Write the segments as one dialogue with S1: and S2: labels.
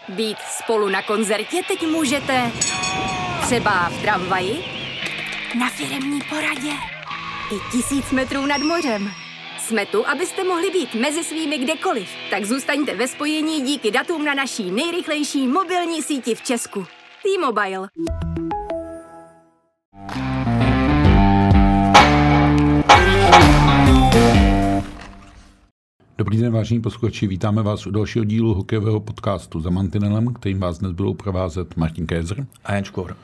S1: Být spolu na koncertě teď můžete třeba v tramvaji, na firemní poradě i 1000 metrů nad mořem. Jsme tu, abyste mohli být mezi svými kdekoliv. Tak zůstaňte ve spojení díky datům na naší nejrychlejší mobilní síti v Česku. T-Mobile.
S2: Dobrý den, vážení posluchači, vítáme vás u dalšího dílu hokejového podcastu Za mantinelem, kterým vás dnes budou provázet Martin Kézer
S3: a Jan Škvor.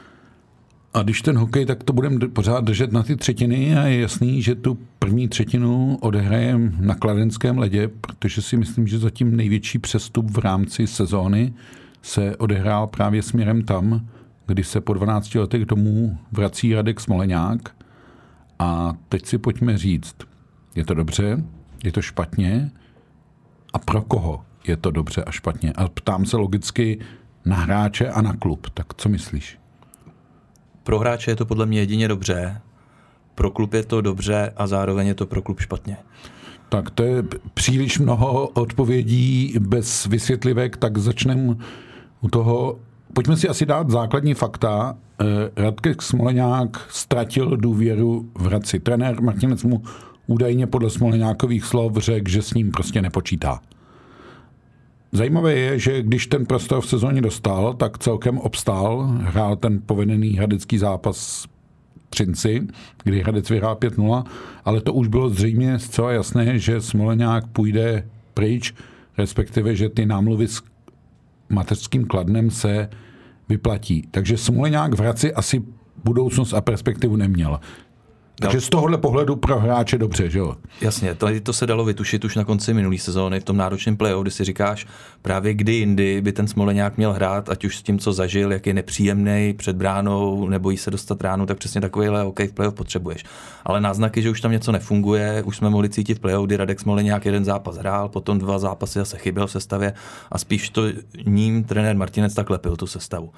S2: A když ten hokej, tak to budeme pořád držet na ty třetiny a je jasný, že tu první třetinu odehrajeme na kladenském ledě, protože si myslím, že zatím největší přestup v rámci sezóny se odehrál právě směrem tam, kdy se po 12 letech domů vrací Radek Smoleňák. A teď si pojďme říct, je to dobře, je to špatně a pro koho je to dobře a špatně. A ptám se logicky na hráče a na klub. Tak co myslíš?
S3: Pro hráče je to podle mě jedině dobře, pro klub je to dobře a zároveň je to pro klub špatně.
S2: Tak to je příliš mnoho odpovědí bez vysvětlivek, tak začneme u toho. Pojďme si asi dát základní fakta. Radek Smoleňák ztratil důvěru v Hradci. Trenér Martinec mu údajně podle Smoleňákových slov řekl, že s ním prostě nepočítá. Zajímavé je, že když ten prostor v sezóně dostal, tak celkem obstál, hrál ten povedený hradecký zápas Třinci, kdy Hradec vyhrál 5-0, ale to už bylo zřejmě zcela jasné, že Smoleňák půjde pryč, respektive, že ty námluvy s mateřským Kladnem se vyplatí. Takže Smoleňák v Hradci asi budoucnost a perspektivu neměl. Takže z tohohle pohledu pro hráče dobře, že jo?
S3: Jasně, to se dalo vytušit už na konci minulé sezóny v tom náročném playoff, kdy si říkáš právě kdy jindy by ten Smoleňák měl hrát, ať už s tím, co zažil, jak je nepříjemný před bránou, nebojí se dostat ránu, tak přesně takovýhle hokej v playoff potřebuješ. Ale náznaky, že už tam něco nefunguje, už jsme mohli cítit v playoff, kdy Radek Smoleňák jeden zápas hrál, potom 2 zápasy zase chyběl v sestavě a spíš to ním trenér Martinec tak lepil tu sestavu.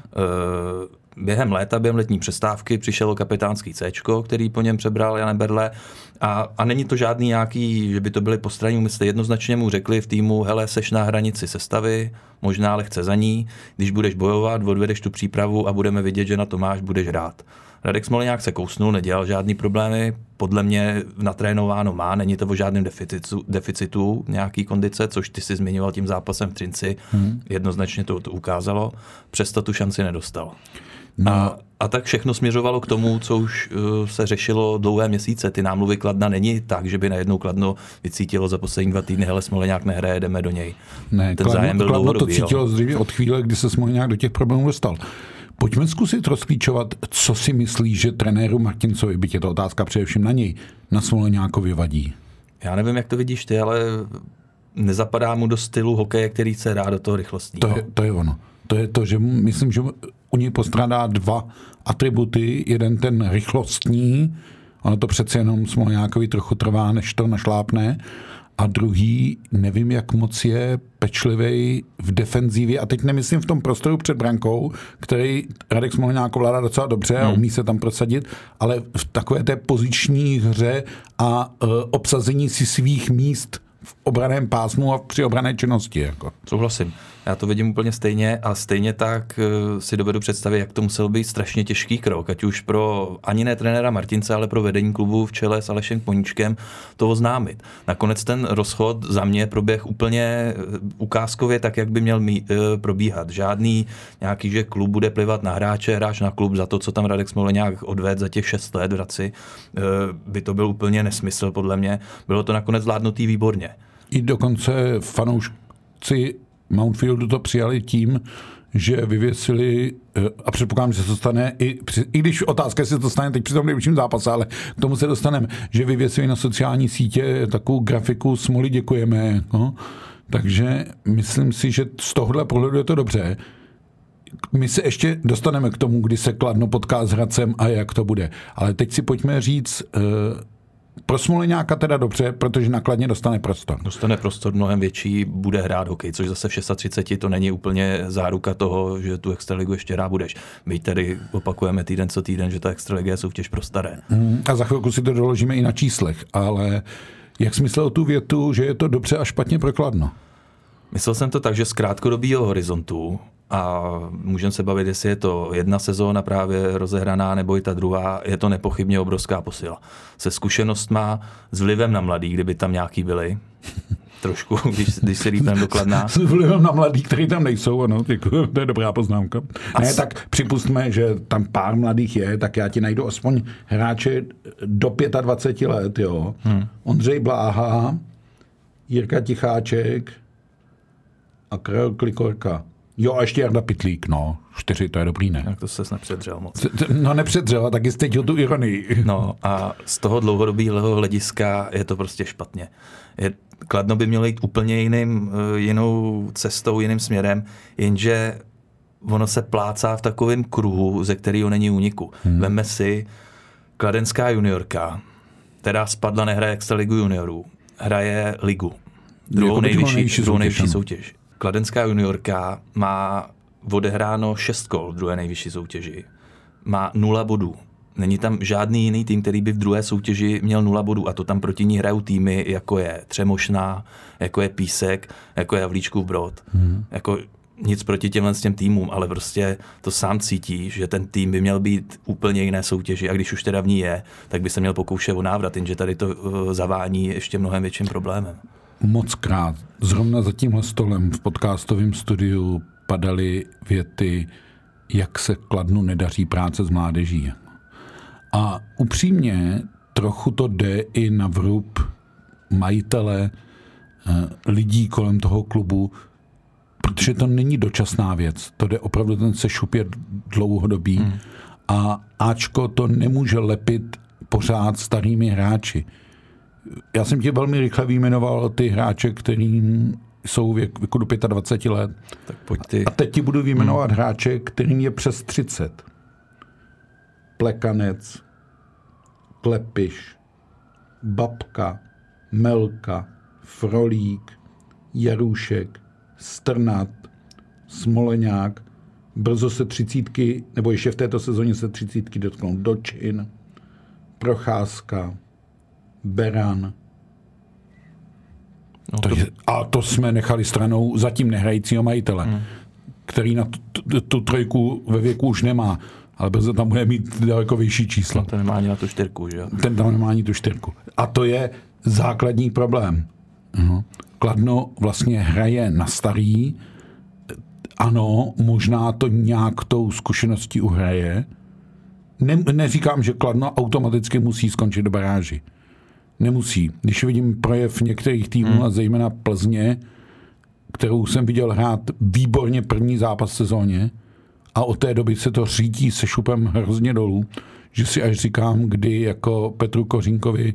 S3: Během léta, během letní přestávky přišel kapitánský Cčko, který po něm přebral Jan Berle a není to žádný nějaký, že by to byli postranní úmysly. Jednoznačně mu řekli v týmu, hele, seš na hranici sestavy, možná lehce za ní, když budeš bojovat, odvedeš tu přípravu a budeme vidět, že na to máš, budeš hrát. Radek Smoleňák se kousnul, nedělal žádný problémy, podle mě natrénováno má, není to o žádném deficitu nějaký kondice, což ty si zmiňoval tím zápasem v Třinci, jednoznačně to ukázalo, přesto tu šanci nedostal. No. A tak všechno směřovalo k tomu, co už se řešilo dlouhé měsíce. Ty námluvy Kladna není tak, že by najednou Kladno vycítilo za poslední 2 týdny, hele, Smoleňák nehraje, jdeme do něj.
S2: Ne,
S3: ten zájem byl
S2: Kladno
S3: dlouhodobý.
S2: To cítilo zřejmě od chvíle, kdy se Smoleňák do těch problémů dostal. Pojďme zkusit rozklíčovat, co si myslí, že trenéru Martincovi, byť je to otázka především na něj, na Smoleňákovi vadí.
S3: Já nevím, jak to vidíš ty, ale nezapadá mu do stylu hokeje, který se hrá do toho rychlostního.
S2: To je ono. To je to, že myslím, že u něj postrádá 2 atributy. Jeden ten rychlostní, ono to přece jenom Smoleňákovi trochu trvá, než to našlápne. A druhý, nevím, jak moc je pečlivý v defenzivě. A teď nemyslím v tom prostoru před brankou, který Radek Smoleňák ovládá docela dobře a umí se tam prosadit, ale v takové té poziční hře a obsazení si svých míst v obraném pásmu a při obranné činnosti. Jako.
S3: Souhlasím. Já to vidím úplně stejně a stejně tak si dovedu představit, jak to musel být strašně těžký krok, ať už pro ani ne trenéra Martince, ale pro vedení klubu v čele s Alešem Koníčkem to oznámit. Nakonec ten rozchod za mě proběh úplně ukázkově tak, jak by měl probíhat. Žádný nějaký, že klub bude plivat na hráče, hráč na klub za to, co tam Radek Smoleňák odvedl za těch 6 let v Hradci, by to byl úplně nesmysl podle mě. Bylo to nakonec zvládnutý výborně.
S2: I dokonce fanoušci Mountfieldu to přijali tím, že vyvěsili, a předpokládám, že se to stane, i když otázka, jestli to stane teď při tom největším zápase, ale k tomu se dostaneme, že vyvěsili na sociální sítě takovou grafiku Smoli děkujeme. No? Takže myslím si, že z tohohle pohledu je to dobře. My se ještě dostaneme k tomu, kdy se Kladno potká s Hradcem a jak to bude. Ale teď si pojďme říct, pro Smoleňáka teda dobře, protože na Kladně dostane prostor.
S3: Dostane prostor mnohem větší, bude hrát hokej, což zase v 630 to není úplně záruka toho, že tu extraligu ještě hrát budeš. My tady opakujeme týden co týden, že ta extraliga je soutěž pro staré.
S2: A za chvilku si to doložíme i na číslech, ale jak jsi myslel tu větu, že je to dobře a špatně pro Kladno?
S3: Myslel jsem to tak, že z krátkodobého horizontu, a můžeme se bavit, jestli je to jedna sezóna právě rozehraná, nebo i ta druhá, je to nepochybně obrovská posila. Se zkušenostma, s vlivem na mladý, kdyby tam nějaký byli, trošku, když se lípneme do Kladna.
S2: S vlivem na mladý, kteří tam nejsou, ano, to je dobrá poznámka. Ne, tak připustme, že tam pár mladých je, tak já ti najdu aspoň hráče do 25 let, jo. Ondřej Bláha, Jirka Ticháček a Karel Klikorka. Jo, a ještě Jarda Pytlík, no. 4, to je dobrý, ne?
S3: Tak to ses nepředřel moc.
S2: No nepředřel, a taky jste tu ironii.
S3: No a z toho dlouhodobého hlediska je to prostě špatně. Kladno by mělo jít úplně jinou cestou, jiným směrem, jenže ono se plácá v takovém kruhu, ze kterého není úniku. Vemme si kladenská juniorka, která spadla, nehraje extraligu juniorů, hraje ligu. Druhou nejvyšší soutěž. Kladenská juniorka má odehráno 6 kol v druhé nejvyšší soutěži. Má 0 bodů. Není tam žádný jiný tým, který by v druhé soutěži měl 0 bodů. A to tam proti ní hrajou týmy, jako je Třemošná, jako je Písek, jako je Havlíčkův Brod. Jako nic proti těm týmům, ale prostě to sám cítí, že ten tým by měl být úplně jiné soutěži. A když už teda v ní je, tak by se měl pokoušet o návrat, jenže tady to zavání ještě mnohem větším problémem.
S2: Mockrát. Zrovna za tímhle stolem v podcastovém studiu padaly věty, jak se Kladnu nedaří práce s mládeží. A upřímně trochu to jde i na vrub majitele, lidí kolem toho klubu, protože to není dočasná věc. To jde opravdu, ten sešup je dlouhodobý a Ačko to nemůže lepit pořád starými hráči. Já jsem ti velmi rychle vyjmenoval ty hráče, kterým jsou věku do 25 let.
S3: Tak pojď ty.
S2: A teď ti budu vyjmenovat hráče, kterým je přes 30. Plekanec, Klepiš, Babka, Melka, Frolík, Jarůšek, Strnad, Smoleňák, brzo se 30, nebo ještě v této sezóně se 30 dotknou Dočin, Procházka, Beran.
S3: No,
S2: a to jsme nechali stranou zatím nehrajícího majitele, který na tu trojku ve věku už nemá, ale brzo tam bude mít daleko vyšší čísla.
S3: Ten nemá ani na tu 4, že jo?
S2: Ten tam nemá ani tu 4. A to je základní problém. Kladno vlastně hraje na starý, ano, možná to nějak tou zkušeností uhraje. Neříkám, že Kladno automaticky musí skončit do baráži. Nemusí. Když vidím projev některých týmů a zejména Plzně, kterou jsem viděl hrát výborně první zápas v sezóně a od té doby se to řítí se šupem hrozně dolů, že si až říkám, kdy jako Petru Kořínkovi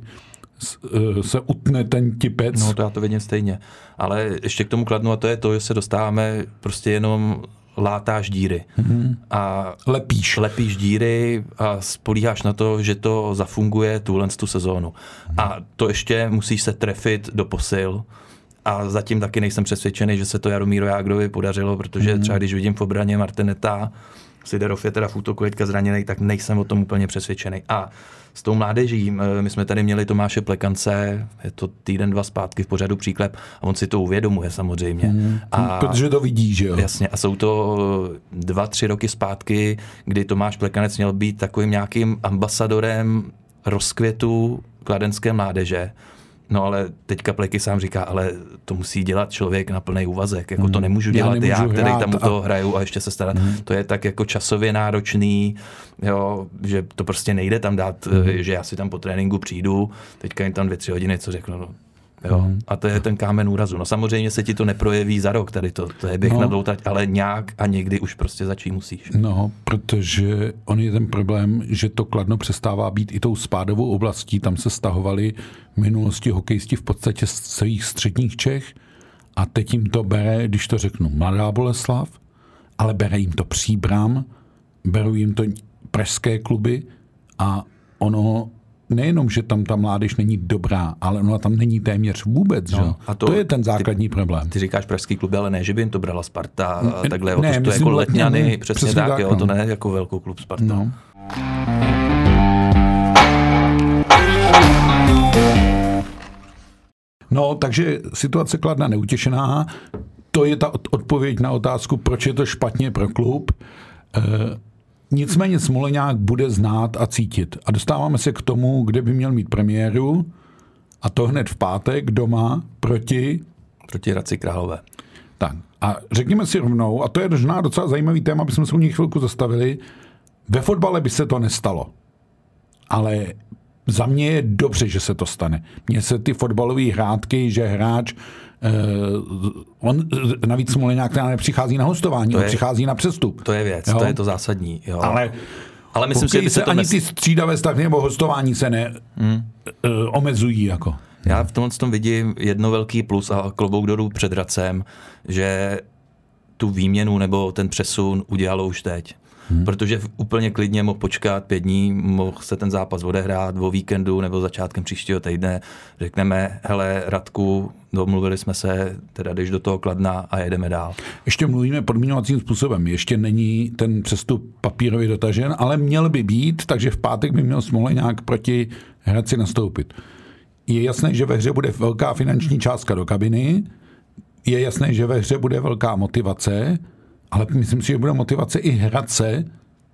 S2: se utne ten tipec.
S3: No to já to vidím stejně. Ale ještě k tomu Kladnu, a to je to, že se dostáváme prostě jenom látáš díry. A lepíš díry a spolíháš na to, že to zafunguje tu sezónu. A to ještě musíš se trefit do posil. A zatím taky nejsem přesvědčený, že se to Jaromíru Jágrovi podařilo, protože třeba když vidím v obraně Martineta, Siderov je teda v útoku teďka zraněný, tak nejsem o tom úplně přesvědčený. A s tou mládeží, my jsme tady měli Tomáše Plekance, je to týden, 2 zpátky v pořadu Příklep a on si to uvědomuje samozřejmě.
S2: Protože to vidí, že jo?
S3: Jasně, a jsou to 2-3 roky zpátky, kdy Tomáš Plekanec měl být takovým nějakým ambasadorem rozkvětu kladenské mládeže. No ale teďka Pleky sám říká, ale to musí dělat člověk na plný úvazek. Jako to nemůžu dělat já, který tam u toho hraju a ještě se starat. To je tak jako časově náročný, jo, že to prostě nejde tam dát, že já si tam po tréninku přijdu, teďka jen tam 2-3 hodiny, co řeknu, no. Jo. A to je ten kámen úrazu. No samozřejmě se ti to neprojeví za rok, tady to je běh na dlouhou trať, ale nějak a někdy už prostě začít musíš.
S2: No, protože on je ten problém, že to Kladno přestává být i tou spádovou oblastí, tam se stahovali v minulosti hokejisti v podstatě z celých středních Čech a teď jim to bere, když to řeknu, Mladá Boleslav, ale bere jim to Příbram, berou jim to pražské kluby a ono nejenom, že tam ta mládež není dobrá, ale ona tam není téměř vůbec. No, že? A to je ten základní problém.
S3: Ty říkáš pražský kluby, ale ne, že by jim to brala Sparta a takhle. Ne, to je jako Letňany, přesně tak, jo, to ne jako velkou klub Sparta.
S2: No. No, takže situace Kladna neutěšená. to je ta odpověď na otázku, proč je to špatně pro klub. Nicméně Smoleňák bude znát a cítit. A dostáváme se k tomu, kde by měl mít premiéru, a to hned v pátek doma proti
S3: Hradci Králové.
S2: Tak. A řekněme si rovnou, a to je možná docela zajímavý téma, abychom se u něj chvilku zastavili, ve fotbale by se to nestalo. Ale za mě je dobře, že se to stane. Mně se ty fotbalové hrátky, že hráč, on navíc Smoleňák nepřichází na hostování, on přichází na přestup.
S3: To je věc,
S2: jo?
S3: to je to zásadní. Jo.
S2: Ale myslím si, že by se to ani ty střídavé stavy nebo hostování se omezují. Jako.
S3: Já v tomhle tom vidím jedno velký plus a klobouk dolů před Hradcem, že tu výměnu nebo ten přesun udělalo už teď. Protože úplně klidně mohl počkat 5 dní, mohl se ten zápas odehrát o víkendu nebo začátkem příštího týdne. Řekneme, hele Radku, domluvili jsme se, teda jdeš do toho Kladna a jedeme dál.
S2: Ještě mluvíme podmíňovacím způsobem. Ještě není ten přestup papírově dotažen, ale měl by být, takže v pátek by měl Smoleňák proti Hradci nastoupit. Je jasné, že ve hře bude velká finanční částka do kabiny, je jasné, že ve hře bude velká motivace, ale myslím si, že bude motivace i Hradce,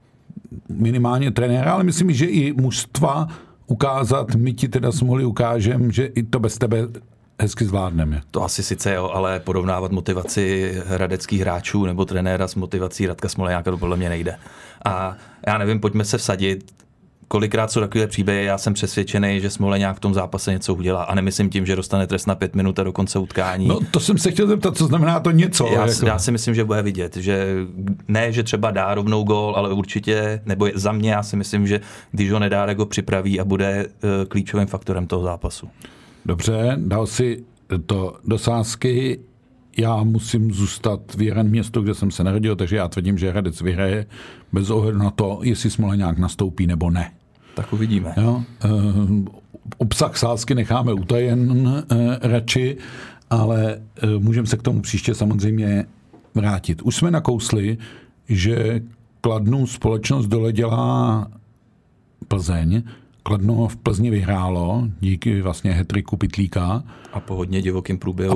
S2: minimálně trenéra, ale myslím, že i mužstva ukázat, my ti teda Smoli ukážem, že i to bez tebe hezky zvládneme.
S3: To asi sice jo, ale porovnávat motivaci hradeckých hráčů nebo trenéra s motivací Radka Smoleňáka to podle mě nejde. A já nevím, pojďme se vsadit, kolikrát jsou takové příběhy, já jsem přesvědčený, že Smoleňák v tom zápase něco udělá a nemyslím tím, že dostane trest na 5 minut a do konce utkání.
S2: No to jsem se chtěl zeptat, co znamená to něco.
S3: Já si myslím, že bude vidět, že ne, že třeba dá rovnou gól, ale určitě, nebo za mě já si myslím, že když ho nedá, tak ho připraví a bude klíčovým faktorem toho zápasu.
S2: Dobře, dal si to do sázky. Já musím zůstat věren městu, kde jsem se narodil, takže já tvrdím, že Hradec vyhraje bez ohledu na to, jestli Smoleňák nastoupí nebo ne.
S3: Tak uvidíme.
S2: Jo? Obsah sázky necháme utajen radši, ale můžeme se k tomu příště samozřejmě vrátit. Už jsme nakousli, že Kladnu společnost dole dělá Plzeň. Kladno v Plzni vyhrálo díky vlastně hat-tricku Pytlíka.
S3: A po hodně divokým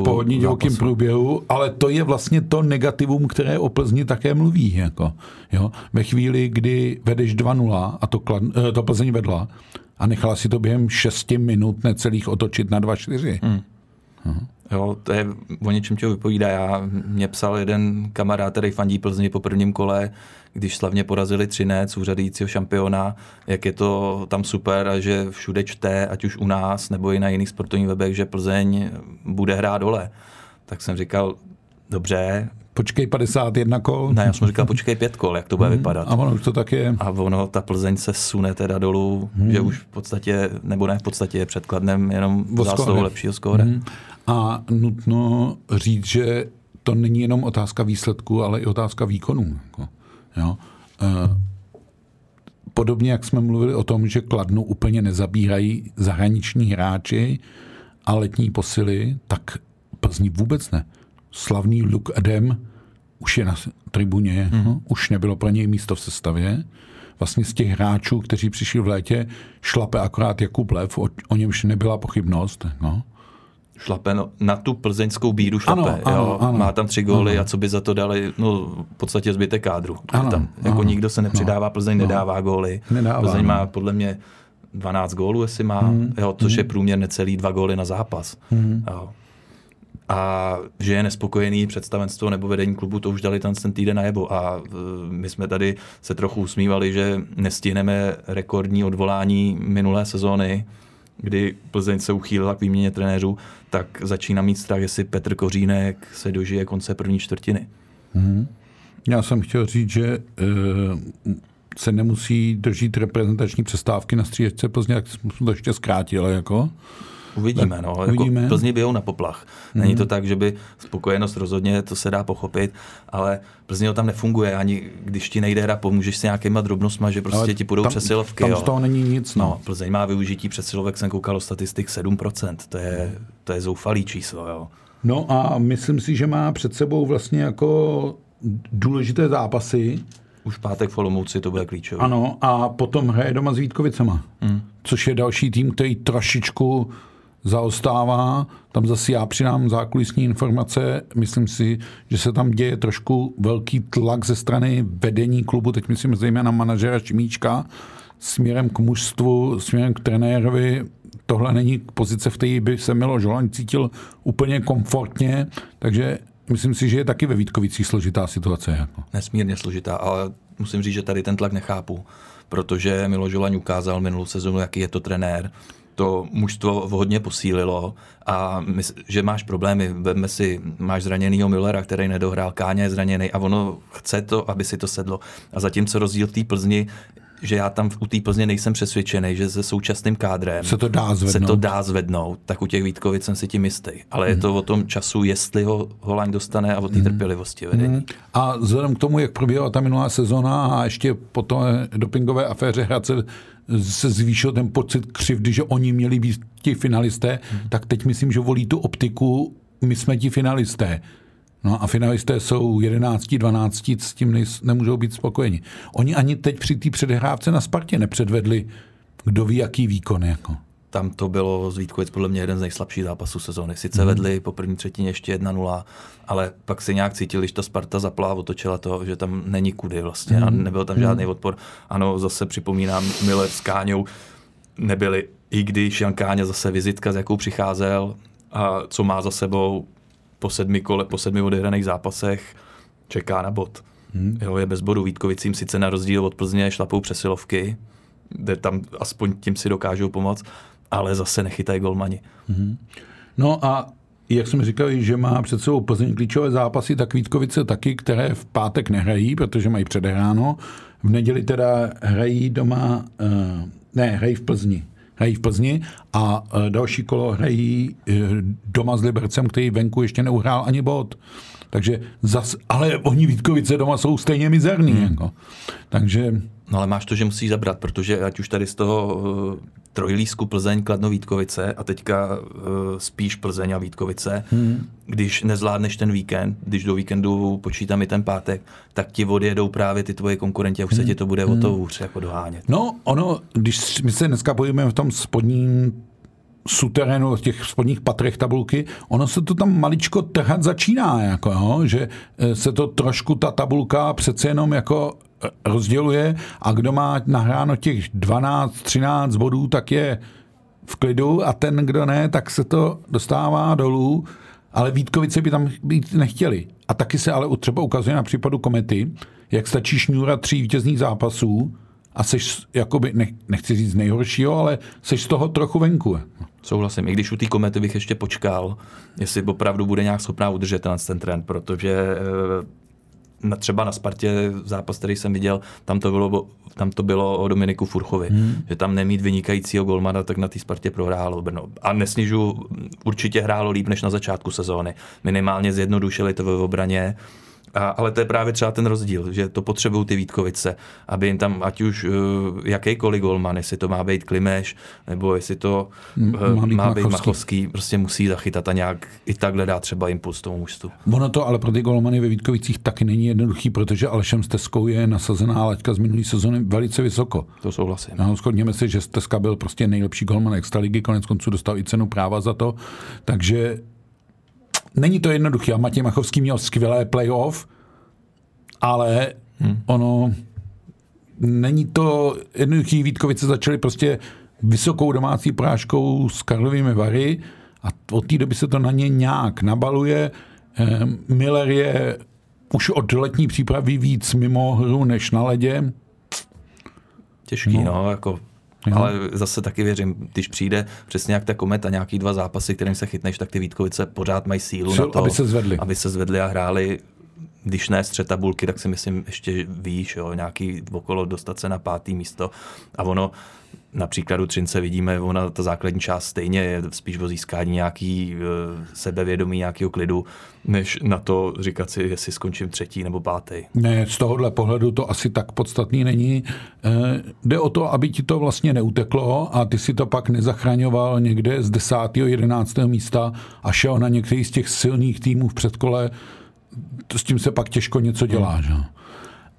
S3: průběhu.
S2: Ale to je vlastně to negativum, které o Plzni také mluví. Jako, jo? Ve chvíli, kdy vedeš 2-0 a to Plzeň vedla a nechala si to během 6 minut necelých otočit na 2-4.
S3: Jo, to je o něčem, čeho vypovídá. Mě psal jeden kamarád, který fandí Plzni po prvním kole, když slavně porazili Třinec, úřadujícího šampiona, jak je to tam super a že všude čte, ať už u nás nebo i na jiných sportovních webech, že Plzeň bude hrát dole. Tak jsem říkal, dobře.
S2: Počkej 51 kol.
S3: Ne, já jsem říkal, počkej 5 kol, jak to bude vypadat.
S2: A ono už to tak je.
S3: A ono, ta Plzeň se sune teda dolů, že už v podstatě, nebo ne v podstatě je před Kladnem jenom zásluhou lepšího skóre.
S2: A nutno říct, že to není jenom otázka výsledku, ale i otázka výkonů. Jo? Podobně, jak jsme mluvili o tom, že Kladnu úplně nezabírají zahraniční hráči a letní posily, tak Plzni vůbec ne. Slavný Luke Adam už je na tribuně, už nebylo pro něj místo v sestavě. Vlastně z těch hráčů, kteří přišli v létě, šlape akorát Jakub Lev, o němž nebyla pochybnost. No.
S3: Šlape na tu plzeňskou bídu šlape. Ano. Má tam 3 góly a co by za to dali, no v podstatě zbytek kádru. Tam jako nikdo se nepřidává, Plzeň nedává góly. Plzeň má podle mě 12 gólů, jestli má, což je průměr necelý 2 góly na zápas. Jo. A že je nespokojený představenstvo nebo vedení klubu, to už dali ten týden najevo. A my jsme tady se trochu usmívali, že nestihneme rekordní odvolání minulé sezóny, kdy Plzeň se uchýlila k výměně trenérů, tak začíná mít strach, jestli Petr Kořínek se dožije konce první čtvrtiny.
S2: Já jsem chtěl říct, že se nemusí dožít reprezentační přestávky na střídačce Plzně, jak jsme to ještě zkrátili. Jako.
S3: Uvidíme, no. Uvidíme. Jako Plzni bijou na poplach. Není to tak, že by spokojenost rozhodně, to se dá pochopit, ale Plzni tam nefunguje, ani když ti nejde hra, pomůžeš si nějakýma drobnostma, že prostě ti půjdou přesilovky.
S2: Tam z toho není nic.
S3: No, Plzeň má využití přesilovek, jsem koukal o statistik 7%, to je zoufalý číslo, jo.
S2: No a myslím si, že má před sebou vlastně jako důležité zápasy.
S3: Už v pátek v Olomouci to bude klíčové.
S2: Ano, a potom hraje doma s Vítkovicema, což je další tým, který trošičku zaostává. Tam zase já přidám zákulisní informace. Myslím si, že se tam děje trošku velký tlak ze strany vedení klubu, teď myslím zejména manažera Šimíčka, směrem k mužstvu, směrem k trenérovi. Tohle není pozice, v které by se Miloš Holaň cítil úplně komfortně, takže myslím si, že je taky ve Vítkovicích složitá situace. Jako.
S3: Nesmírně složitá, ale musím říct, že tady ten tlak nechápu, protože Miloš Holaň ukázal minulou sezonu, jaký je to trenér. To mužstvo hodně posílilo a že máš problémy. Vemme si, máš zraněnýho Müllera, který nedohrál, Káňa je zraněný a ono chce to, aby si to sedlo. A zatímco rozdíl v té Plzni, že já tam u té Plzně nejsem přesvědčený, že se současným kádrem
S2: se to dá zvednout,
S3: tak u těch Vítkovic jsem si tím jistý. Ale je to o tom času, jestli ho Holaň dostane a o té trpělivosti vedení.
S2: A vzhledem k tomu, jak probíhala ta minulá sezona a ještě po té dopingové aféře Hradce se zvýšil ten pocit křivdy, že oni měli být ti finalisté, tak teď myslím, že volí tu optiku, my jsme ti finalisté. No a finalisté jsou 11, 12, s tím nemůžou být spokojeni. Oni ani teď při té předhrávce na Spartě nepředvedli kdo ví jaký výkon. Jako.
S3: Tam to bylo z Vítkovic podle mě jeden z nejslabších zápasů sezóny. Sice vedli po první třetině ještě 1-0, ale pak se nějak cítili, když ta Sparta zapla a otočila to, že tam není kudy vlastně a nebyl tam žádný odpor. Ano, zase připomínám, Müller s Káňou nebyli, i když Jan Káňa zase vizitka, s jakou přicházel a co má za sebou po 7 odehraných zápasech, čeká na bod. Jo, je bez bodu. Vítkovicím sice na rozdíl od Plzně šlapou přesilovky, kde tam aspoň tím si dokážou pomoct, ale zase nechytají golmani.
S2: No a jak jsme říkali, že má před sebou Plzeň klíčové zápasy, tak Vítkovice taky, které v pátek nehrají, protože mají předehráno. V neděli teda hrají doma, hrají v Plzni. Hrají v Plzni a další kolo hrají doma s Libercem, který venku ještě neuhrál ani bod. Takže ale oni Vítkovice doma jsou stejně mizerný. Jako. Takže...
S3: No ale máš to, že musíš zabrat, protože ať už tady z toho trojlízku Plzeň, Kladno, Vítkovice a teďka spíš Plzeň a Vítkovice, když nezvládneš ten víkend, když do víkendu počítám i ten pátek, tak ti odjedou právě ty tvoje konkurenti a už se ti to bude o to hůř jako dohánět.
S2: No ono, když my se dneska pojíme v tom spodním suterénu, v těch spodních patrech tabulky, ono se to tam maličko trhat začíná, jako, jo, že se to trošku ta tabulka přece jenom jako rozděluje a kdo má nahráno těch 12, 13 bodů, tak je v klidu a ten, kdo ne, tak se to dostává dolů, ale Vítkovice by tam být nechtěli. A taky se ale třeba ukazuje na případu Komety, jak stačí šňůra 3 vítězných zápasů a seš, jakoby, nechci říct nejhoršího, ale seš z toho trochu venku.
S3: Souhlasím, i když u té Komety bych ještě počkal, jestli opravdu bude nějak schopná udržet ten trend, protože třeba na Spartě zápas, který jsem viděl, tam to bylo o Dominiku Furchovi, že tam nemít vynikajícího golmana, tak na té Spartě prohrálo Brno. A nesnižu, určitě hrálo líp než na začátku sezóny. Minimálně zjednodušili to ve obraně, ale to je právě třeba ten rozdíl, že to potřebují ty Vítkovice, aby jim tam, ať už jakýkoliv golman, jestli to má být Klimeš, nebo jestli to má být Machovský, prostě musí zachytat a nějak i takhle dát třeba impuls tomu mužstvu.
S2: Ono to ale pro ty golmany ve Vítkovicích taky není jednoduchý, protože Alešem Steskou je nasazená laťka z minulý sezony velice vysoko.
S3: To souhlasím.
S2: No, shodněme si, že Steska byl prostě nejlepší golman extraligy, konec konců dostal i cenu práva za to, takže není to jednoduché. A Matěj Machovský měl skvělé playoff, ale ono není to jednoduché. Vítkovice začaly prostě vysokou domácí porážkou s Karlovými Vary a od té doby se to na ně nějak nabaluje. Müller je už od letní přípravy víc mimo hru než na ledě.
S3: Těžký, jako... Ale zase taky věřím, když přijde přesně jak ta Kometa, nějaký 2 zápasy, kterým se chytneš, tak ty Vítkovice pořád mají sílu na to, aby se zvedli a hráli, když ne střed tabulky, tak si myslím ještě výš, nějaký okolo dostat se na 5. místo. A ono, na příkladu Třince vidíme, ona ta základní část stejně je spíš o získání nějaký sebevědomí, nějakého klidu, než na to říkat si, jestli skončím 3. nebo 5.
S2: Ne, z tohohle pohledu to asi tak podstatný není. Jde o to, aby ti to vlastně neuteklo a ty si to pak nezachraňoval někde z 10. 11. místa a šel na některý z těch silných týmů v předkole. S tím se pak těžko něco dělá. Že?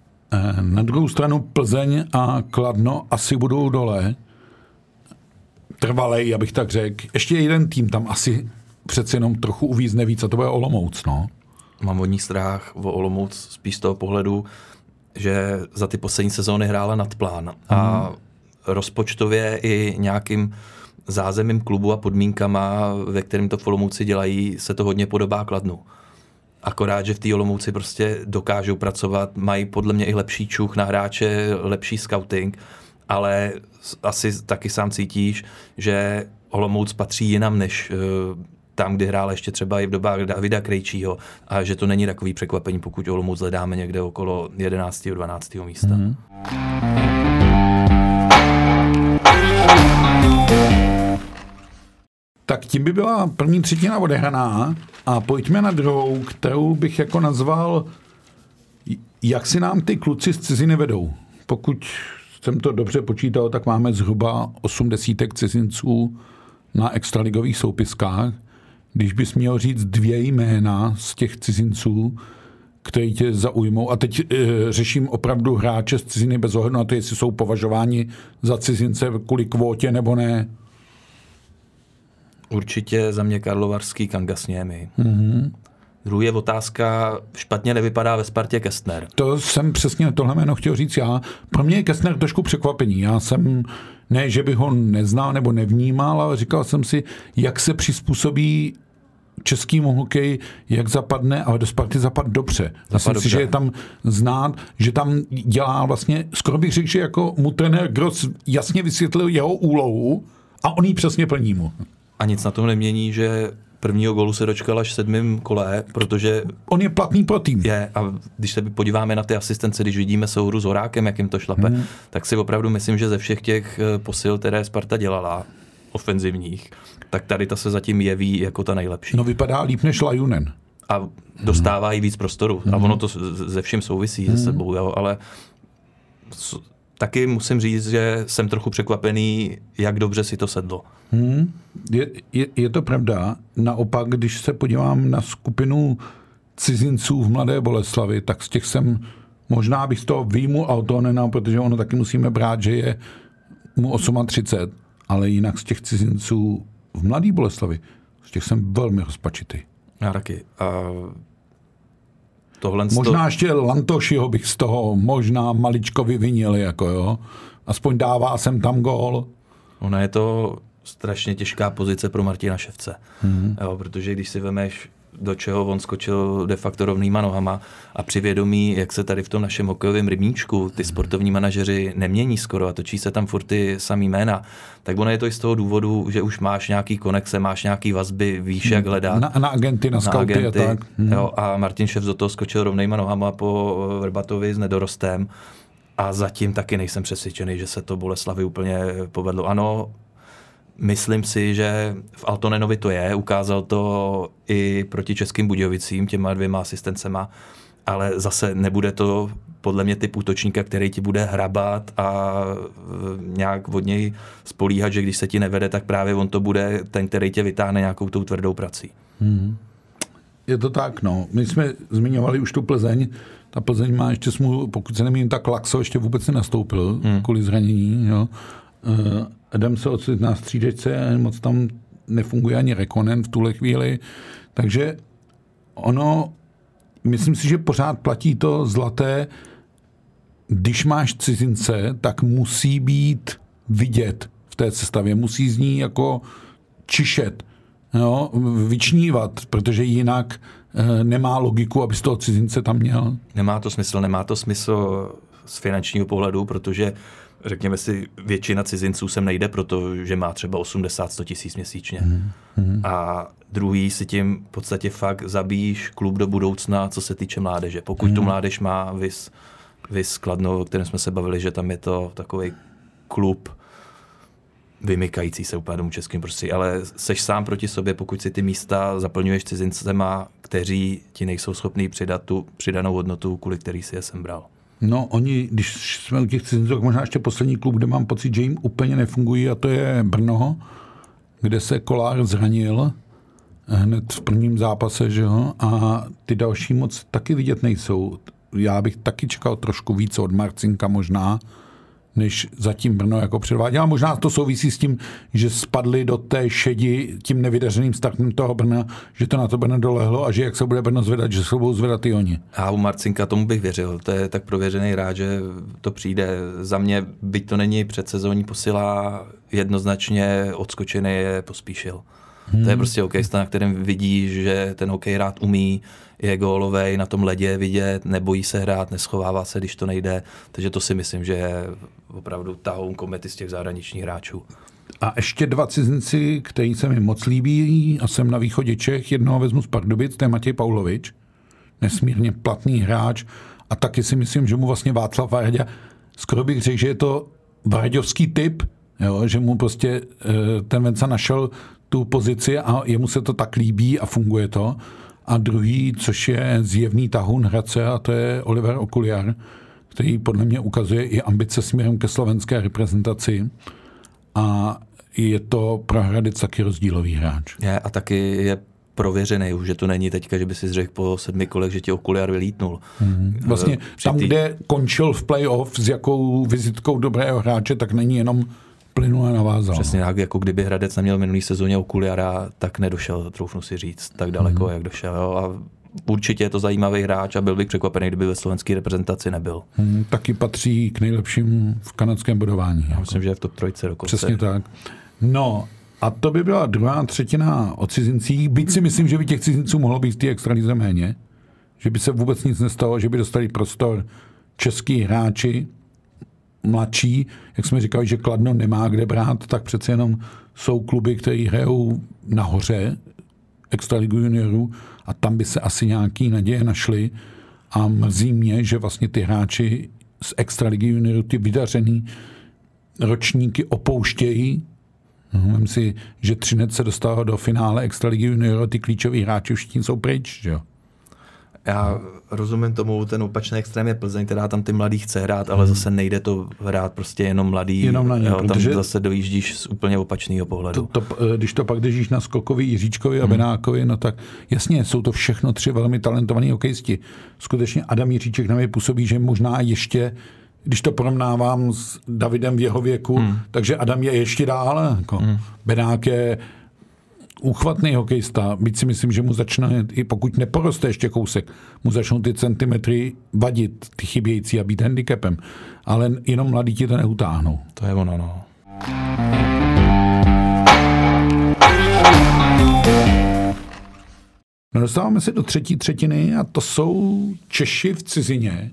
S2: Na druhou stranu Plzeň a Kladno asi budou dole. trvalej, abych tak řekl. Ještě jeden tým tam asi přece jenom trochu uvízne víc a to bude Olomouc, no.
S3: Mám od ní strach o Olomouc spíš z toho pohledu, že za ty poslední sezóny hrála nad plán a rozpočtově i nějakým zázemím klubu a podmínkama, ve kterým to v Olomouci dělají, se to hodně podobá Kladnu. Akorát, že v té Olomouci prostě dokážou pracovat, mají podle mě i lepší čuch na hráče, lepší scouting, ale asi taky sám cítíš, že Olomouc patří jinam než tam, kdy hrál ještě třeba i v dobách Davida Krejčího a že to není takový překvapení, pokud Olomouc hledáme někde okolo 11. 12. místa.
S2: Tak tím by byla první třetina odehraná a pojďme na druhou, kterou bych jako nazval, jak si nám ty kluci z ciziny vedou. Pokud jsem to dobře počítal, tak máme zhruba 80 cizinců na extraligových soupiskách. Když bys měl říct 2 jména z těch cizinců, který tě zaujmou, a teď řeším opravdu hráče z ciziny bez ohledu na to, jestli jsou považováni za cizince kvůli kvótě nebo ne.
S3: Určitě za mě Karlovarský Kangasniemi. Druhý je otázka, špatně nevypadá ve Spartě Kestner.
S2: To jsem přesně tohle jméno chtěl říct já. Pro mě je Kestner trošku překvapení. Já jsem, ne, že bych ho neznal nebo nevnímal, ale říkal jsem si, jak se přizpůsobí českýmu hokeji, jak zapadne, ale do Sparty zapadl dobře. Myslím si, že je tam znát, že tam dělá vlastně, skoro bych řekl, že jako mu trenér Gross jasně vysvětlil jeho úlohu a on ji přesně plní mu.
S3: A nic na tom nemění, že prvního gólu se dočkal až v 7. kole, protože
S2: on je platný pro tým.
S3: Je, a když se podíváme na ty asistence, když vidíme souhru s Horákem, jak jim to šlape, tak si opravdu myslím, že ze všech těch posil, které Sparta dělala, ofenzivních, tak tady ta se zatím jeví jako ta nejlepší.
S2: No vypadá líp než Lajunen.
S3: A dostává i víc prostoru. A ono to ze všem souvisí se sebou, jo, ale taky musím říct, že jsem trochu překvapený, jak dobře si to sedlo.
S2: Je to pravda. Naopak, když se podívám na skupinu cizinců v Mladé Boleslavi, tak z těch jsem, možná bych z toho výjimul Altonena, protože ono taky musíme brát, že je mu 38, ale jinak z těch cizinců v Mladé Boleslavi, z těch jsem velmi rozpačitý.
S3: Já taky.
S2: Možná ještě Lantošiho bych z toho možná maličko vyvinil, jako jo. Aspoň dává sem tam gól.
S3: Ona je to strašně těžká pozice pro Martina Ševce. Jo, protože když si vemeš, do čeho on skočil de facto rovnýma nohama a při vědomí, jak se tady v tom našem hokejovém rybníčku ty sportovní manažeři nemění skoro a točí se tam furt ty samý jména, tak ono je to i z toho důvodu, že už máš nějaký konexe, máš nějaký vazby, víš, jak hledat.
S2: Na agenty, na skauty a tak.
S3: Jo, a Martin Ševc do toho skočil rovnýma nohama po Vrbatovi s nedorostem a zatím taky nejsem přesvědčený, že se to Boleslavi úplně povedlo. Ano, myslím si, že v Altonenovi to je, ukázal to i proti Českým Budějovicím těma 2 asistencema, ale zase nebude to podle mě typ útočníka, který ti bude hrabat a nějak od něj spolíhat, že když se ti nevede, tak právě on to bude ten, který tě vytáhne nějakou tou tvrdou prací.
S2: Je to tak, no. My jsme zmiňovali už tu Plzeň. Ta Plzeň má ještě smůlu, pokud se nemýlím, tak Laxo ještě vůbec nenastoupil kvůli zranění, jo. Adam se ocitl na střídečce, moc tam nefunguje ani Rekonen v tuhle chvíli, takže ono, myslím si, že pořád platí to zlaté, když máš cizince, tak musí být vidět v té sestavě, musí z ní jako čišet, jo, vyčnívat, protože jinak nemá logiku, aby z toho cizince tam měl.
S3: Nemá to smysl z finančního pohledu, protože řekněme si, většina cizinců sem nejde, protože má třeba 80-100 tisíc měsíčně. A druhý si tím v podstatě fakt zabíjíš klub do budoucna, co se týče mládeže. Pokud tu mládež má vys Kladno, o kterém jsme se bavili, že tam je to takový klub vymykající se úplně tomu českým prostředí, ale seš sám proti sobě, pokud si ty místa zaplňuješ cizincema, kteří ti nejsou schopní přidat tu přidanou hodnotu, kvůli který si je sem bral.
S2: No, oni, když jsme u těch cizinců, možná ještě poslední klub, kde mám pocit, že jim úplně nefungují, a to je Brno, kde se Kolář zranil hned v prvním zápase, že jo, a ty další moc taky vidět nejsou. Já bych taky čekal trošku víc od Marcinka možná, než zatím Brno jako předvádí. Ale možná to souvisí s tím, že spadli do té šedi tím nevydařeným startem toho Brna, že to na to Brno dolehlo a že jak se bude Brno zvedat, že se budou zvedat i oni.
S3: A u Marcinka tomu bych věřil. To je tak prověřený hráč, že to přijde. Za mě, byť to není předsezónní posila, jednoznačně odskočený je Pospíšil. To je prostě hokejista, na kterém vidí, že ten hokej rád umí, je gólovej, na tom ledě vidět, nebojí se hrát, neschovává se, když to nejde. Takže to si myslím, že je opravdu tahoun komety z těch zahraničních hráčů.
S2: A ještě 2 cizinci, který se mi moc líbí a jsem na východě Čech, jednoho vezmu z Pardubic, to je Matěj Paulovič, nesmírně platný hráč a taky si myslím, že mu vlastně Václav Varďa, skoro bych řekl, že je to varďovský typ, jo, že mu prostě ten Venca našel tu pozici a jemu se to tak líbí a funguje to. A druhý, což je zjevný tahoun Hradce, a to je Oliver Okuliar, který podle mě ukazuje i ambice směrem ke slovenské reprezentaci. A je to pro Hradec taky rozdílový hráč.
S3: Je, a taky je prověřený už, že to není teďka, že by si řekl po 7 kolech, že ti Okuliar vylítnul.
S2: Vlastně tam, kde končil v playoff s jakou vizitkou dobrého hráče, tak není jenom plynule navázal.
S3: Přesně tak, jako kdyby Hradec neměl minulý sezóně Okuliara, tak nedošel, troufnu si říct, tak daleko, jak došel. Jo? A určitě je to zajímavý hráč a byl bych překvapený, kdyby ve slovenské reprezentaci nebyl.
S2: Taky patří k nejlepším v kanadském bodování.
S3: Já myslím, že je v top 3 dokonce.
S2: Přesně tak. No, a to by byla druhá třetina o cizincích. Byť si myslím, že by těch cizinců mohlo být v té extralize méně. Že by se vůbec nic nestalo, že by dostali prostor český hráči, mladší, jak jsme říkali, že Kladno nemá kde brát, tak přece jenom jsou kluby, které hrajou nahoře extraligu juniorů a tam by se asi nějaký naděje našly a mrzí mě, že vlastně ty hráči z extraligy juniorů, ty vydařený ročníky opouštějí. Myslím si, že Třinec se dostal do finále extraligy juniorů, ty klíčoví hráči všichni jsou pryč, že jo?
S3: Já rozumím tomu, ten opačný extrém je Plzeň, která tam ty mladý chce hrát, ale zase nejde to hrát prostě jenom mladý.
S2: Jenom na ně,
S3: jo, tam zase dojíždíš z úplně opačného pohledu.
S2: Když to pak držíš na Skokovi, Jiříčkovi a Benákovi, no tak jasně, jsou to všechno 3 velmi talentovaní hokejisti. Skutečně Adam Jiříček na mě působí, že možná ještě, když to porovnávám s Davidem v jeho věku, takže Adam je ještě dál. Jako. Benák je úchvatný hokejista, byť si myslím, že mu začne, i pokud neporoste ještě kousek, mu začnou ty centimetry vadit, ty chybějící a být handicapem. Ale jenom mladí ti to neutáhnou.
S3: To je ono, no.
S2: No, dostáváme se do třetí třetiny a to jsou Češi v cizině,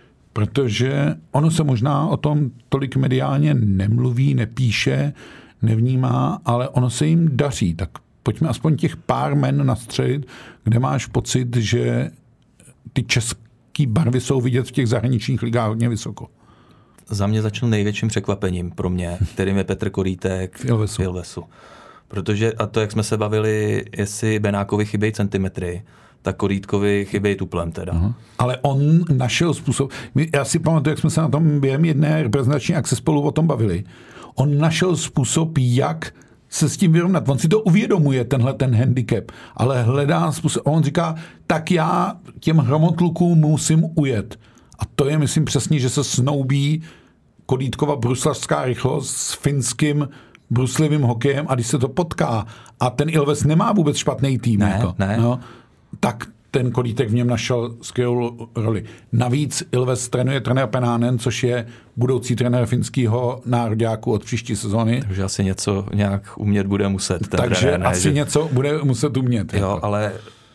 S2: protože ono se možná o tom tolik mediálně nemluví, nepíše, nevnímá, ale ono se jim daří. Tak pojďme aspoň těch pár men nastřelit, kde máš pocit, že ty český barvy jsou vidět v těch zahraničních ligách hodně vysoko.
S3: Za mě začnu největším překvapením pro mě, kterým je Petr Korítek v Ilvesu. Protože, a to, jak jsme se bavili, jestli Benákovi chybějí centimetry, tak Korítkovi chybějí tuplem teda.
S2: Ale on našel způsob, já si pamatuju, jak jsme se na tom během jedné reprezentační akce spolu o tom bavili, on našel způsob, jak se s tím vyrovnat. On si to uvědomuje, ten handicap, ale hledá způsob. On říká, tak já těm hromotlukům musím ujet. A to je, myslím, přesně, že se snoubí Kodítkova bruslařská rychlost s finským bruslivým hokejem a když se to potká a ten Ilves nemá vůbec špatný tým, no, tak ten Kodítek v něm našel skvělou roli. Navíc Ilves trénuje trenér Penánen, což je budoucí trenér finského nároďáku od příští sezóny.
S3: Takže asi něco nějak umět bude muset.
S2: Takže trenér, asi něco bude muset umět.
S3: Jo, jako. Ale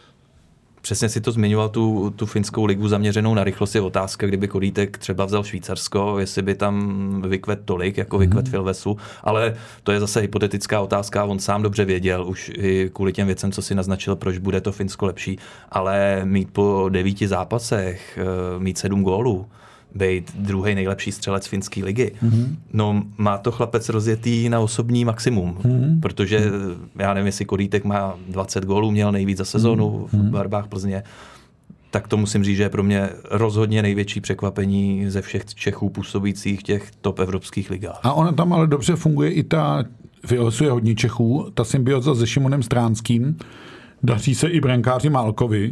S3: přesně si to zmiňoval, tu finskou ligu zaměřenou na rychlost je otázka, kdyby Kodítek třeba vzal Švýcarsko, jestli by tam vykvet tolik, jako vykvet v Ilvesu, ale to je zase hypotetická otázka, on sám dobře věděl, už i kvůli těm věcem, co si naznačil, proč bude to Finsko lepší, ale mít po 9 zápasech, mít 7 gólů, být druhý nejlepší střelec finské ligy. No má to chlapec rozjetý na osobní maximum, protože já nevím, jestli Kodítek má 20 gólů, měl nejvíc za sezónu v barvách Plzně, tak to musím říct, že je pro mě rozhodně největší překvapení ze všech Čechů působících v těch top evropských ligách.
S2: A ona tam ale dobře funguje i v Ilvesu je hodně Čechů, ta symbioza se Šimonem Stránským, daří se i brankáři Málkovi,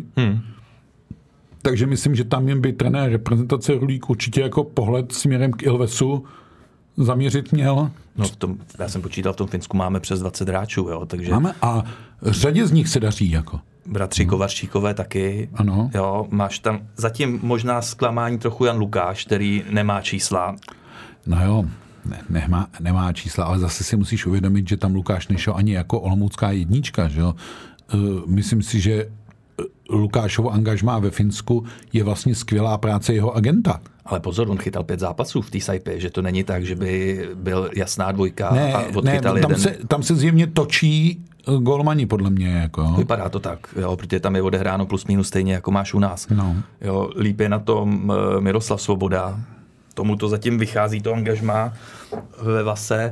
S2: takže myslím, že tam jen by trenér reprezentace Rulík určitě jako pohled směrem k Ilvesu zaměřit měl.
S3: No já jsem počítal, v tom Finsku máme přes 20 hráčů, jo, takže...
S2: Máme a řadě z nich se daří jako.
S3: Bratři Kovařčíkové taky.
S2: Ano.
S3: Jo, máš tam zatím možná zklamání trochu Jan Lukáš, který nemá čísla.
S2: No jo, nemá čísla, ale zase si musíš uvědomit, že tam Lukáš nešel ani jako olomoucká jednička, že jo. Myslím si, že Lukášovo angažmá ve Finsku je vlastně skvělá práce jeho agenta.
S3: Ale pozor, on chytal 5 zápasů v té Saipě, že to není tak, že by byl jasná dvojka a odchytal jeden.
S2: Tam se zjevně točí gólmani, podle mě. Jako.
S3: Vypadá to tak, jo, protože tam je odehráno plus minus stejně, jako máš u nás.
S2: No.
S3: Jo, líp je na tom Miroslav Svoboda, tomu to zatím vychází, to angažmá ve Vase.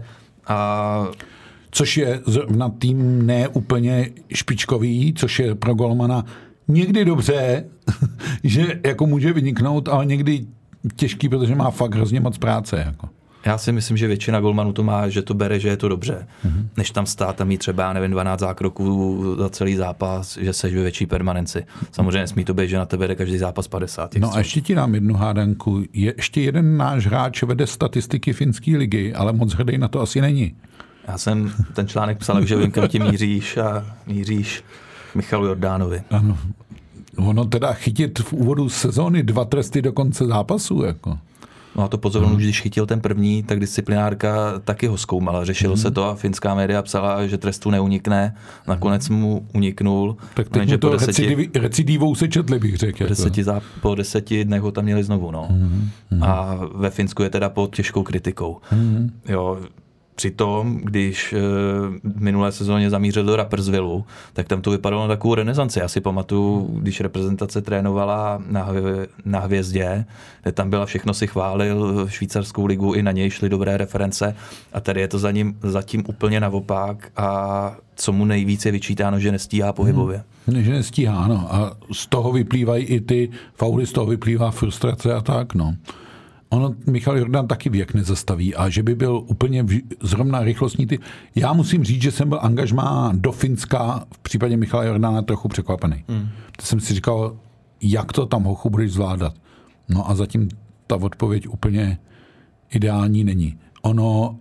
S2: Což je na tým ne úplně špičkový, což je pro golmana někdy dobře, že jako může vyniknout, ale někdy těžký, protože má fakt hrozně moc práce. Jako.
S3: Já si myslím, že většina golmanů to má, že to bere, že je to dobře. Než tam stát a mít třeba, nevím, 12 zákroků za celý zápas, že seš ve větší permanenci. Samozřejmě smí to být, že na tebe jde každý zápas 50.
S2: No a ještě ti dám jednu hádanku. Ještě jeden náš hráč vede statistiky finské ligy, ale moc hrdý na to asi není.
S3: Já jsem ten článek psal, že vím, kam ti míříš Michalu Jordánovi.
S2: Ano. Ono teda chytit v úvodu sezóny 2 tresty do konce zápasu, jako.
S3: No a to pozor, už když chytil ten první, tak disciplinárka taky ho zkoumala. Řešilo se to a finská média psala, že trestu neunikne. Nakonec mu uniknul.
S2: Tak teď mu to recidivou se četli, bych řekl.
S3: Po 10 dnech ho tam měli znovu. No. A ve Finsku je teda pod těžkou kritikou. Jo. Přitom, když v minulé sezóně zamířil do Rapperswillu, tak tam to vypadalo na takovou renesanci. Já si pamatuju, když reprezentace trénovala na Hvězdě, kde tam byla, všechno si chválil, švýcarskou ligu, i na něj šly dobré reference a tady je to zatím úplně naopak a co mu nejvíce je vyčítáno, že nestíhá pohybově.
S2: Že nestíhá, no. A z toho vyplývají i ty fauly, z toho vyplývá frustrace a tak, no. Ono, Michal Jordan taky věk nezastaví a že by byl úplně zrovna rychlostní ty. Já musím říct, že jsem byl angažmá do Finska v případě Michala Jordana trochu překvapený. To jsem si říkal, jak to tam hochu budeš zvládat. No a zatím ta odpověď úplně ideální není. Ono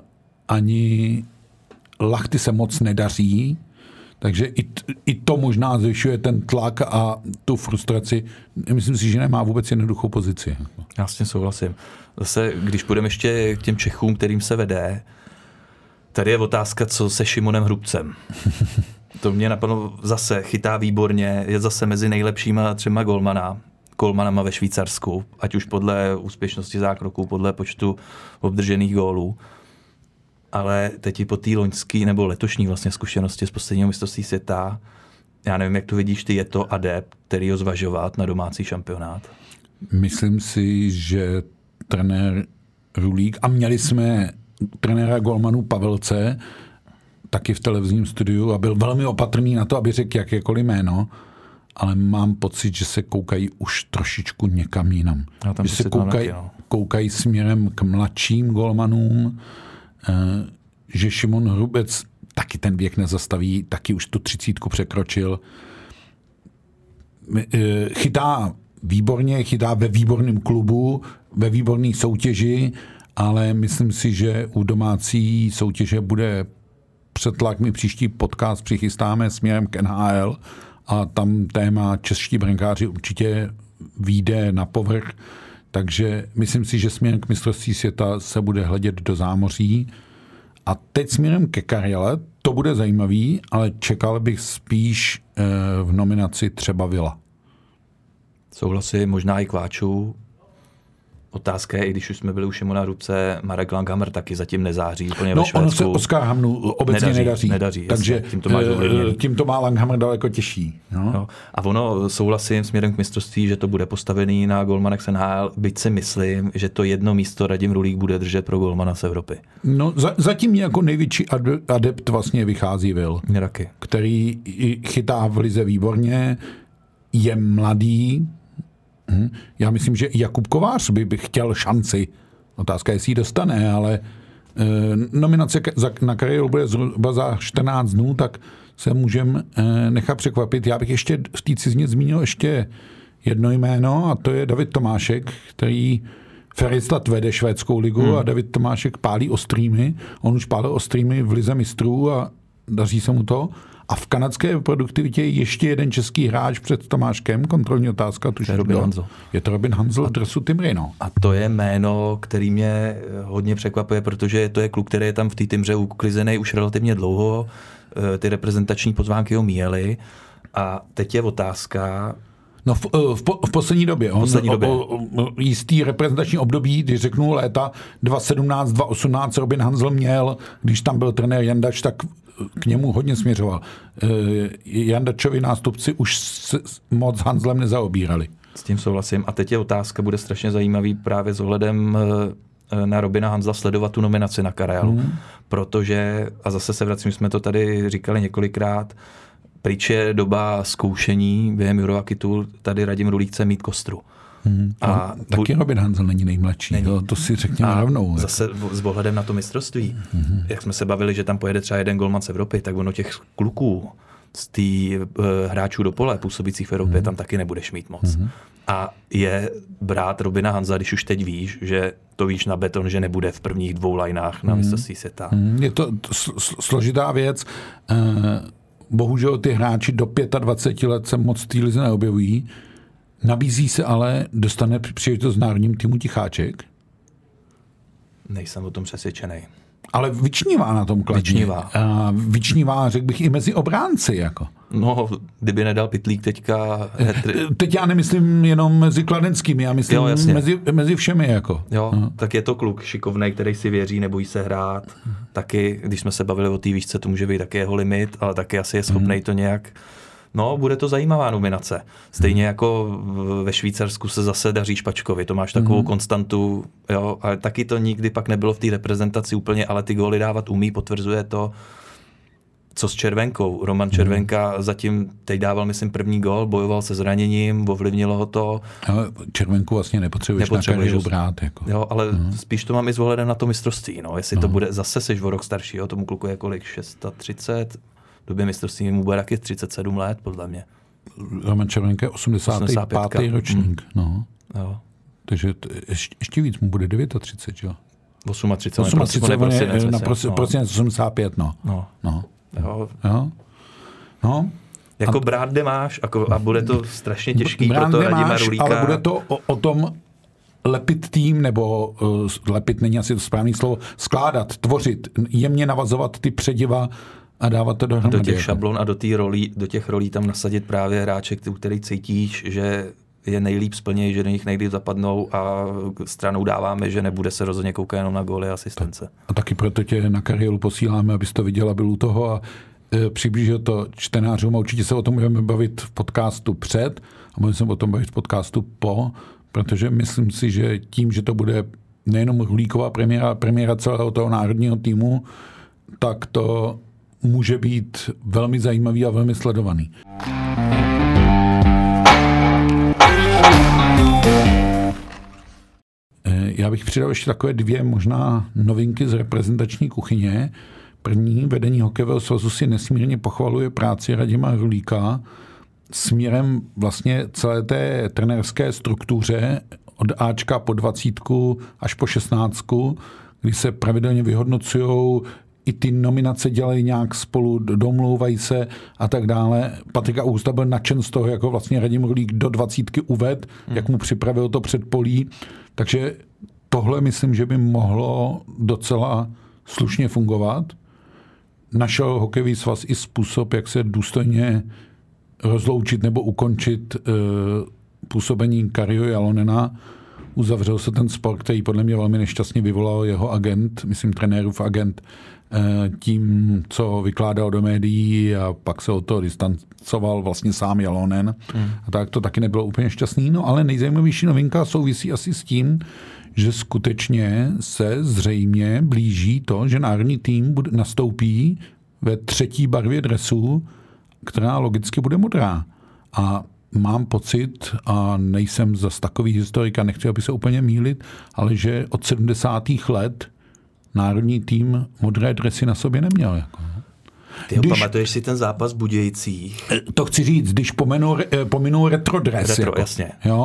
S2: ani Lahti se moc nedaří, takže i to možná zvyšuje ten tlak a tu frustraci. Myslím si, že nemá vůbec jednoduchou pozici.
S3: Já s tím souhlasím. Zase, když půjdeme ještě k těm Čechům, kterým se vede, tady je otázka, co se Šimonem Hrubcem. To mě napadlo, zase chytá výborně, je zase mezi nejlepšíma 3 golmanama ve Švýcarsku, ať už podle úspěšnosti zákroků, podle počtu obdržených gólů. Ale teď i po té loňské nebo letošní vlastně zkušenosti z posledního mistrovství světa, já nevím, jak to vidíš ty, je to adept, který ho zvažovat na domácí šampionát?
S2: Myslím si, že trenér Rulík, a měli jsme trenéra golmanů Pavelce, taky v televizním studiu a byl velmi opatrný na to, aby řekl jakékoliv jméno, ale mám pocit, že se koukají už trošičku někam jinam. Že se koukají směrem k mladším golmanům, že Šimon Hrubec taky ten věk nezastaví, taky už tu 30 překročil. Chytá výborně, chytá ve výborném klubu, ve výborné soutěži, ale myslím si, že u domácí soutěže bude přetlak. My příští podcast přichystáme směrem k NHL a tam téma čeští brankáři určitě vyjde na povrch. Takže myslím si, že směrem k mistrovství světa se bude hledět do zámoří. A teď směrem ke Karjale, to bude zajímavý, ale čekal bych spíš v nominaci třeba Vila.
S3: Souhlasím, možná i Kváčů. Otázka je, i když už jsme byli u Šimona Hrubce, Marek Langhammer taky zatím nezáří úplně ve Švédsku.
S2: Ono se Oskar Hamnu obecně nedaří. Takže tím to má Langhammer daleko těžší. No.
S3: A ono, souhlasím směrem k mistrovství, že to bude postavený na golmanech NHL, byť si myslím, že to jedno místo Radim Rulík bude držet pro golmana z Evropy.
S2: No, zatím jako největší adept vlastně vychází Will, který chytá v lize výborně, je mladý. Já myslím, že Jakub Kovář by chtěl šanci. Otázka, jestli ji dostane, ale nominace na kariéru bude zhruba za 14 dnů, tak se můžeme nechat překvapit. Já bych ještě v té cizině zmínil ještě jedno jméno a to je David Tomášek, který Ferrystad vede švédskou ligu a David Tomášek pálí ostrými. On už pálil ostrými v lize mistrů a daří se mu to. A v kanadské produktivitě je ještě jeden český hráč před Tomáškem, kontrolní otázka.
S3: To je Robin Hanzl.
S2: Je to Robin Hanzl v dresu Timry, no.
S3: A to je jméno, který mě hodně překvapuje, protože to je kluk, který je tam v té Timře uklizený už relativně dlouho. Ty reprezentační pozvánky ho míjely. A teď je otázka...
S2: No v poslední době. Jistý reprezentační období, když řeknu léta 2017, 2018 Robin Hanzl měl, když tam byl trenér Jandač, tak k němu hodně směřoval. Jandačovi nástupci už moc s Hanzlem nezaobírali.
S3: S tím souhlasím. A teď je otázka, bude strašně zajímavý právě s ohledem na Robina Hanzla sledovat tu nominaci na Karel. Protože, a zase se vracím, jsme to tady říkali několikrát, pryč je doba zkoušení během Eurovakitu, tady Radim Rulík chce mít kostru.
S2: A taky Robin Hanzl není nejmladší, není. To si řekněme rovnou.
S3: Zase s ohledem na to mistrovství, jak jsme se bavili, že tam pojede třeba jeden golman z Evropy, tak ono těch kluků z těch hráčů do pole působících v Evropě tam taky nebudeš mít moc. A je brát Robina Hanzla, když už teď víš, že to víš na beton, že nebude v prvních 2 lineách na mistrovství světa.
S2: Je to složitá věc. Bohužel ty hráči do 25 let se moc té lize neobjevují. Nabízí se ale, dostane příležitost v národním týmu Ticháček?
S3: Nejsem o tom přesvědčený.
S2: Ale vyčnívá na tom kladně. Vyčnívá, řekl bych, i mezi obránci. Jako.
S3: No, kdyby nedal Pytlík teďka...
S2: Teď já nemyslím jenom mezi kladenskými, já myslím mezi všemi. Jako.
S3: Jo, tak je to kluk šikovnej, který si věří, nebojí se hrát. Taky, když jsme se bavili o té výšce, to může být taky jeho limit, ale taky asi je schopnej to nějak... No, bude to zajímavá nominace. Stejně jako ve Švýcarsku se zase daří Špačkovi. To máš takovou konstantu, jo, ale taky to nikdy pak nebylo v té reprezentaci úplně, ale ty góly dávat umí, potvrzuje to, co s Červenkou. Roman Červenka zatím teď dával, myslím, první gól, bojoval se zraněním, ovlivnilo ho to.
S2: Ale Červenku vlastně nepotřebuješ na kariéru brát. Jako.
S3: Jo, ale spíš to mám i s ohledem na to mistrovství. No. Jestli to bude, zase seš o rok starší, jo, tomu kluku je kolik, 36, v době mistrovství mu bude taky 37 let, podle mě.
S2: Roman Červenka je 85. ročník. No.
S3: Jo.
S2: Takže ještě víc mu bude 39, jo?
S3: 38
S2: na prosinec 85, no. No.
S3: Jako brát kde máš a bude to strašně těžký pro to Radima Rulíka.
S2: Ale bude to o tom lepit tým, nebo lepit není asi to správné slovo, skládat, tvořit, jemně navazovat ty přediva a dávat to dohromady.
S3: Do těch šablon a do těch rolí tam nasadit právě hráče, který cítíš, že je nejlíp splnějí, že do nich nejlíp zapadnou a stranou dáváme, že nebude se rozhodně koukat jenom na góly a asistence. A
S2: taky proto tě na kariéru posíláme, abys to viděl a byl u toho a přiblížil to čtenářům a určitě se o tom budeme bavit v podcastu před a budeme se o tom bavit v podcastu po, protože myslím si, že tím, že to bude nejenom Rulíková premiéra celého toho národního týmu, tak to může být velmi zajímavý a velmi sledovaný. Já bych přidal ještě takové 2 možná novinky z reprezentační kuchyně. První, vedení hokejového svazu si nesmírně pochvaluje práci Radima Rulíka směrem vlastně celé té trenérské struktuře od Ačka po 20 až po 16, kdy se pravidelně vyhodnocujou, i ty nominace dělají nějak spolu, domlouvají se a tak dále. Patrik Augusta byl nadšen z toho, jako vlastně Radim Rulík do 20 uved, jak mu připravil to předpolí. Takže tohle myslím, že by mohlo docela slušně fungovat. Našel hokejový svaz i způsob, jak se důstojně rozloučit nebo ukončit působení Kario Jalonena. Uzavřel se ten spor, který podle mě velmi nešťastně vyvolal jeho agent, myslím trenérův agent, tím, co vykládal do médií a pak se od toho distancoval vlastně sám Jalonen. A tak to taky nebylo úplně šťastný. No ale nejzajímavější novinka souvisí asi s tím, že skutečně se zřejmě blíží to, že národní tým nastoupí ve 3. barvě dresu, která logicky bude modrá. A mám pocit, a nejsem zas takový historik a nechci, aby se úplně mýlit, ale že od 70. let národní tým modré dresy na sobě neměl. Jako.
S3: Ty pamatuješ si ten zápas v Budějcích?
S2: To chci říct, když pominu retro dresy.
S3: Retro, jasně.
S2: Jo?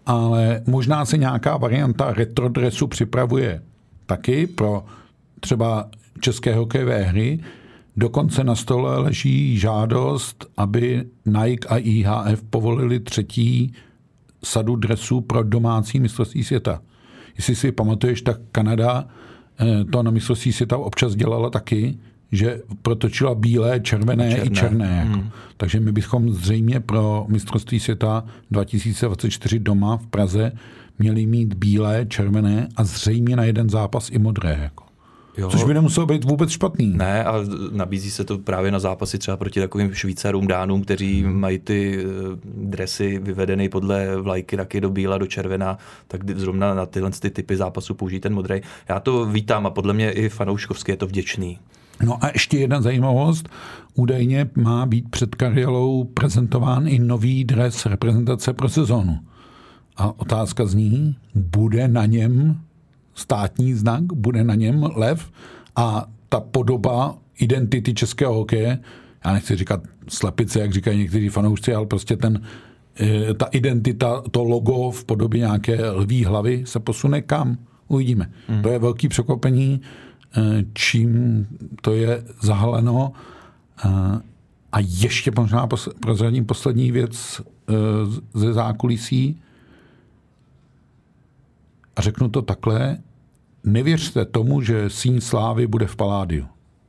S2: ale možná se nějaká varianta retrodresu připravuje taky pro třeba české hokejové hry. Dokonce na stole leží žádost, aby Nike a IHF povolili 3. sadu dresů pro domácí mistrovství světa. Jestli si pamatuješ, tak Kanada to na mistrovství světa občas dělala taky, že protočila bílé, červené i černé. Jako. Takže my bychom zřejmě pro mistrovství světa 2024 doma v Praze měli mít bílé, červené a zřejmě na jeden zápas i modré. Jako. Jo. Což by nemuselo být vůbec špatný.
S3: Ne, a nabízí se to právě na zápasy třeba proti takovým Švýcarům, Dánům, kteří mají ty dresy vyvedeny podle vlajky taky do bíla, do červená, tak zrovna na tyhle typy zápasů použijí ten modrý. Já to vítám a podle mě i fanouškovsky je to vděčný.
S2: No a ještě jedna zajímavost. Údajně má být před Karjalou prezentován i nový dres reprezentace pro sezónu. A otázka zní, bude na něm státní znak, bude na něm lev a ta podoba identity českého hokeje, já nechci říkat slepice, jak říkají někteří fanoušci, ale prostě ta identita, to logo v podobě nějaké lví hlavy se posune kam? Uvidíme. To je velký překvapení, čím to je zahaleno. A ještě možná prozradím poslední věc ze zákulisí. A řeknu to takhle, nevěřte tomu, že Síň slávy bude v Paládiu.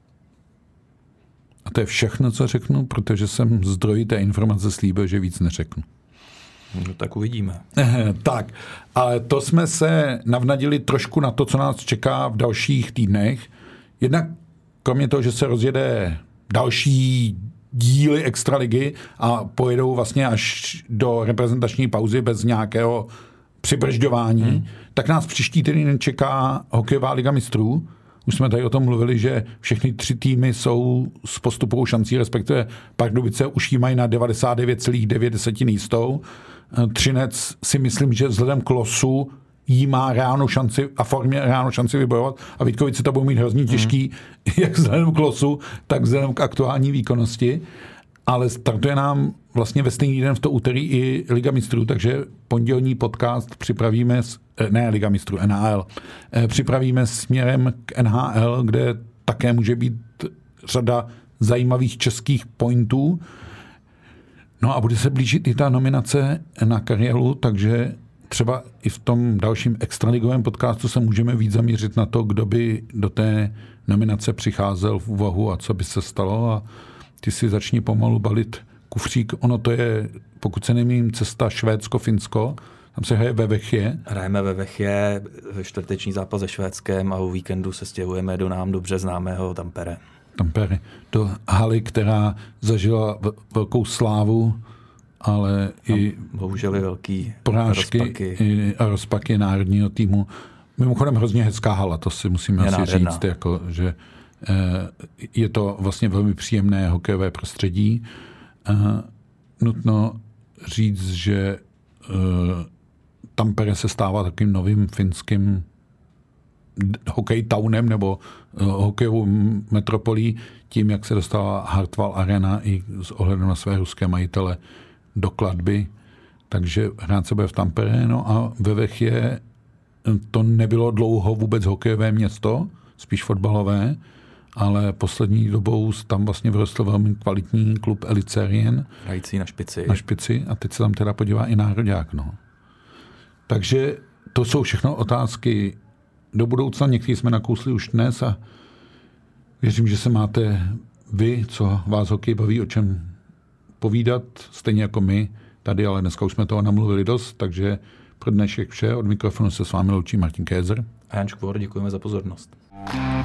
S2: A to je všechno, co řeknu, protože jsem zdroji té informace slíbil, že víc neřeknu.
S3: No, tak uvidíme.
S2: Tak, ale to jsme se navnadili trošku na to, co nás čeká v dalších týdnech. Jednak kromě toho, že se rozjede další díly extraligy a pojedou vlastně až do reprezentační pauzy bez nějakého přibržďování, tak nás příští týden čeká hokejová liga mistrů. Už jsme tady o tom mluvili, že všechny 3 týmy jsou s postupovou šancí, respektive Pardubice už jí mají na 99,9 jistou. Třinec si myslím, že vzhledem k losu jí má reálnou šanci a formě reálnou šanci vybojovat a Vítkovice to budou mít hrozně těžký, jak vzhledem k losu, tak vzhledem k aktuální výkonnosti. Ale startuje nám vlastně ve stejný den v to úterý i Liga mistrů, takže pondělní podcast připravíme, Liga mistrů, NHL, připravíme směrem k NHL, kde také může být řada zajímavých českých pointů. No a bude se blížit i ta nominace na Karjalu, takže třeba i v tom dalším extraligovém podcastu se můžeme víc zaměřit na to, kdo by do té nominace přicházel v úvahu a co by se stalo a ty si začni pomalu balit kufřík. Ono to je, pokud se nemýlím, cesta Švédsko-Finsko. Tam se hraje ve Vechě.
S3: Hrajeme ve Vechě, čtvrteční zápas se Švédskem a o víkendu se stěhujeme do nám dobře známého Tampere.
S2: Do haly, která zažila velkou slávu, ale i
S3: bohužel velký
S2: porážky a rozpaky národního týmu. Mimochodem hrozně hezká hala, to si musíme asi říct, jako, že je to vlastně velmi příjemné hokejové prostředí. Nutno říct, že Tampere se stává takovým novým finským hokej townem nebo hokejovou metropolí tím, jak se dostala Hartwall Arena i s ohledem na své ruské majitele do kladby. Takže hrát se bude v Tampere. No a ve Vechě to nebylo dlouho vůbec hokejové město, spíš fotbalové, ale poslední dobou tam vlastně vyrostl velmi kvalitní klub Elitserien.
S3: Hrající na špici.
S2: Na špici a teď se tam teda podívá i nároďák. No. Takže to jsou všechno otázky do budoucna. Někteří jsme nakousli už dnes a věřím, že se máte vy, co vás hokej baví, o čem povídat, stejně jako my tady, ale dneska už jsme toho namluvili dost, takže pro dnešek vše. Od mikrofonu se s vámi loučí Martin Kézer.
S3: A Jan Škvor, děkujeme za pozornost.